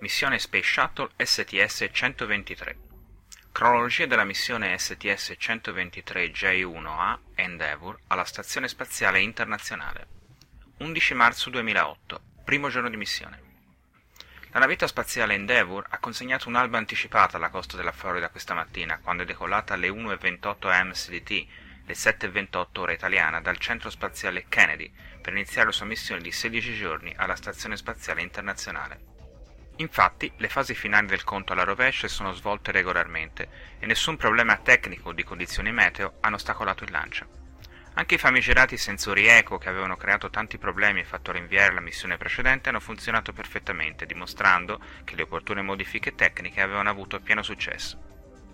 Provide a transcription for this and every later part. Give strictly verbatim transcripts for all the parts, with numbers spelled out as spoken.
Missione Space Shuttle S T S centoventitré. Cronologia della missione S T S centoventitré J uno A Endeavour alla Stazione Spaziale Internazionale. undici marzo duemilaotto, primo giorno di missione. La navetta spaziale Endeavour ha consegnato un'alba anticipata alla costa della Florida questa mattina, quando è decollata alle uno e ventotto a m C D T, le sette e ventotto ora italiana, dal centro spaziale Kennedy, per iniziare la sua missione di sedici giorni alla Stazione Spaziale Internazionale. Infatti, le fasi finali del conto alla rovescia sono svolte regolarmente e nessun problema tecnico o di condizioni meteo hanno ostacolato il lancio. Anche i famigerati sensori eco che avevano creato tanti problemi e fatto rinviare la missione precedente hanno funzionato perfettamente, dimostrando che le opportune modifiche tecniche avevano avuto pieno successo.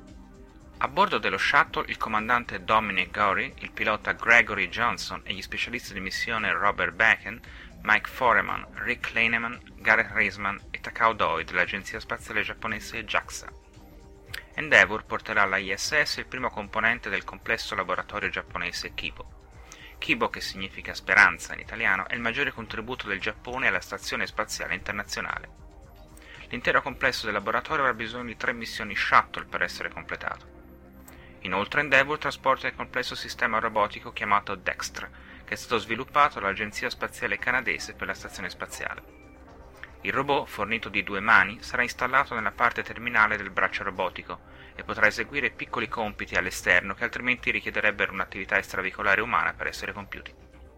A bordo dello shuttle il comandante Dominic Gowrie, il pilota Gregory Johnson e gli specialisti di missione Robert Becken, Mike Foreman, Rick Leineman, Gareth Reisman e Takao Doi dell'agenzia spaziale giapponese JAXA. Endeavour porterà alla I S S il primo componente del complesso laboratorio giapponese Kibo. Kibo, che significa speranza in italiano, è il maggiore contributo del Giappone alla Stazione Spaziale Internazionale. L'intero complesso del laboratorio avrà bisogno di tre missioni shuttle per essere completato. Inoltre Endeavour trasporta il complesso sistema robotico chiamato Dextre, che è stato sviluppato dall'Agenzia Spaziale Canadese per la Stazione Spaziale. Il robot, fornito di due mani, sarà installato nella parte terminale del braccio robotico e potrà eseguire piccoli compiti all'esterno che altrimenti richiederebbero un'attività extravehicolare umana per essere compiuti.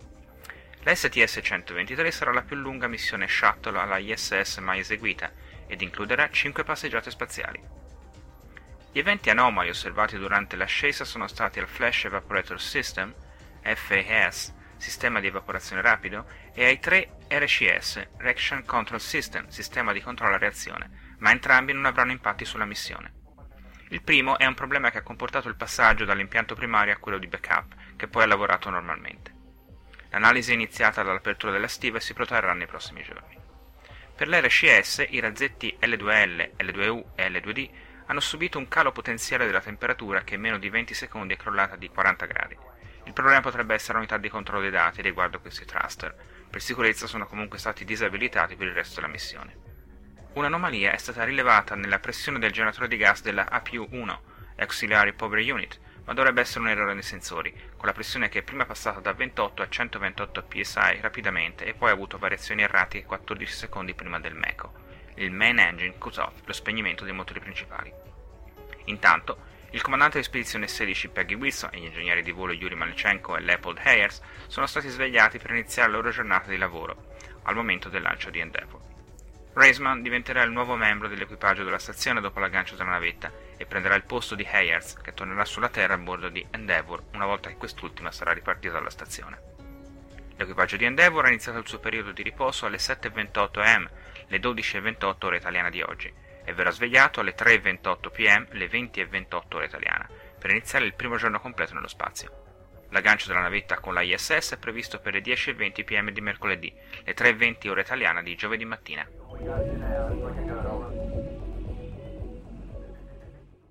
La S T S centoventitré sarà la più lunga missione shuttle alla I S S mai eseguita ed includerà cinque passeggiate spaziali. Gli eventi anomali osservati durante l'ascesa sono stati al Flash Evaporator System, F E S, sistema di evaporazione rapido, e ai tre R C S, Reaction Control System, sistema di controllo a reazione, ma entrambi non avranno impatti sulla missione. Il primo è un problema che ha comportato il passaggio dall'impianto primario a quello di backup, che poi ha lavorato normalmente. L'analisi è iniziata dall'apertura della stiva e si protrarrà nei prossimi giorni. Per l'R C S, i razzetti L due L, L due U e L due D hanno subito un calo potenziale della temperatura che in meno di venti secondi è crollata di quaranta gradi. Il problema potrebbe essere l'unità di controllo dei dati riguardo a questi thruster. Per sicurezza sono comunque stati disabilitati per il resto della missione. Un'anomalia è stata rilevata nella pressione del generatore di gas della A P U uno, Auxiliary Power Unit, ma dovrebbe essere un errore nei sensori, con la pressione che è prima passata da ventotto a centoventotto P S I rapidamente e poi ha avuto variazioni erratiche quattordici secondi prima del M E C O, il Main Engine Cut-Off, lo spegnimento dei motori principali. Intanto, il comandante di spedizione sedici Peggy Wilson e gli ingegneri di volo Yuri Malchenko e Leopold Ayers sono stati svegliati per iniziare la loro giornata di lavoro, al momento del lancio di Endeavour. Reisman diventerà il nuovo membro dell'equipaggio della stazione dopo l'aggancio della navetta e prenderà il posto di Ayers, che tornerà sulla Terra a bordo di Endeavour una volta che quest'ultima sarà ripartita dalla stazione. L'equipaggio di Endeavour ha iniziato il suo periodo di riposo alle sette e ventotto a m, le dodici e ventotto ora italiana di oggi, e verrà svegliato alle tre e ventotto p m, le venti e ventotto ora italiana, per iniziare il primo giorno completo nello spazio. L'aggancio della navetta con la I S S è previsto per le dieci e venti p m di mercoledì, le tre e venti ora italiana di giovedì mattina.